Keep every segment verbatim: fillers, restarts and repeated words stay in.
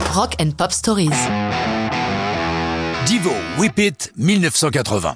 Rock and Pop Stories. Devo, Whip It, dix-neuf cent quatre-vingts.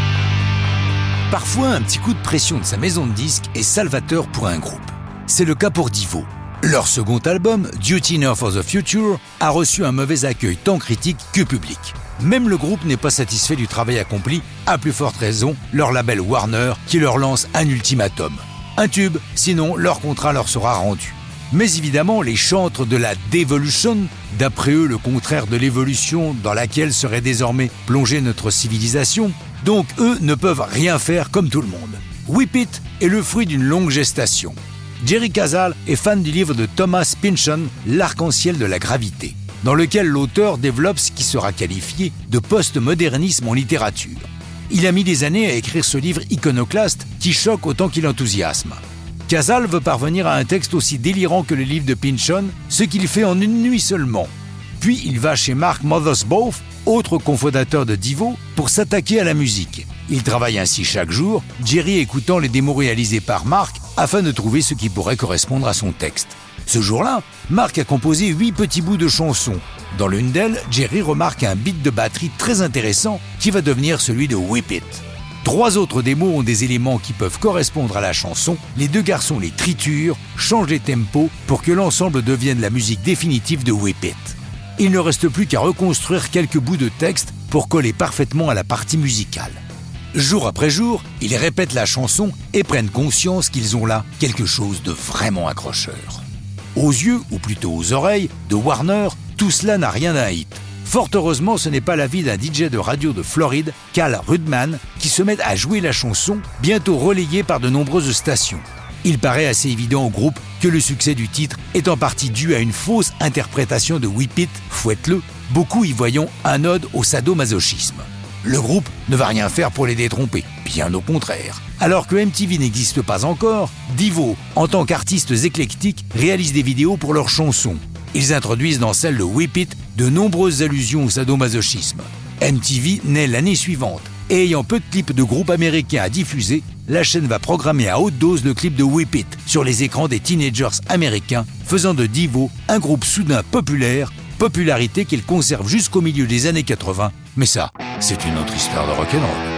Parfois, un petit coup de pression de sa maison de disques est salvateur pour un groupe. C'est le cas pour Devo. Leur second album, Duty Now for the Future, a reçu un mauvais accueil tant critique que public. Même le groupe n'est pas satisfait du travail accompli, à plus forte raison, leur label Warner qui leur lance un ultimatum. Un tube, sinon leur contrat leur sera rendu. Mais évidemment, les chantres de la Devolution, d'après eux le contraire de l'évolution dans laquelle serait désormais plongée notre civilisation, donc eux ne peuvent rien faire comme tout le monde. Whip It est le fruit d'une longue gestation. Jerry Casale est fan du livre de Thomas Pynchon, L'arc-en-ciel de la gravité, dans lequel l'auteur développe ce qui sera qualifié de post-modernisme en littérature. Il a mis des années à écrire ce livre iconoclaste qui choque autant qu'il enthousiasme. Casale veut parvenir à un texte aussi délirant que le livre de Pynchon, ce qu'il fait en une nuit seulement. Puis il va chez Mark Mothersbaugh, autre cofondateur de Devo, pour s'attaquer à la musique. Il travaille ainsi chaque jour, Jerry écoutant les démos réalisées par Mark afin de trouver ce qui pourrait correspondre à son texte. Ce jour-là, Mark a composé huit petits bouts de chansons. Dans l'une d'elles, Jerry remarque un beat de batterie très intéressant qui va devenir celui de Whip It. Trois autres démos ont des éléments qui peuvent correspondre à la chanson. Les deux garçons les triturent, changent les tempos pour que l'ensemble devienne la musique définitive de Whip It. Il ne reste plus qu'à reconstruire quelques bouts de texte pour coller parfaitement à la partie musicale. Jour après jour, ils répètent la chanson et prennent conscience qu'ils ont là quelque chose de vraiment accrocheur. Aux yeux, ou plutôt aux oreilles, de Warner, tout cela n'a rien d'un hit. Fort heureusement, ce n'est pas l'avis d'un D J de radio de Floride, Cal Rudman, qui se met à jouer la chanson, bientôt relayée par de nombreuses stations. Il paraît assez évident au groupe que le succès du titre est en partie dû à une fausse interprétation de Whip It, fouette-le, beaucoup y voyant un ode au sadomasochisme. Le groupe ne va rien faire pour les détromper, bien au contraire. Alors que M T V n'existe pas encore, Devo, en tant qu'artistes éclectiques, réalise des vidéos pour leurs chansons. Ils introduisent dans celle de Whip It de nombreuses allusions au sadomasochisme. M T V naît l'année suivante, et ayant peu de clips de groupes américains à diffuser, la chaîne va programmer à haute dose le clip de Whip It sur les écrans des teenagers américains, faisant de Devo un groupe soudain populaire, popularité qu'il conserve jusqu'au milieu des années quatre-vingts. Mais ça, c'est une autre histoire de rock'n'roll.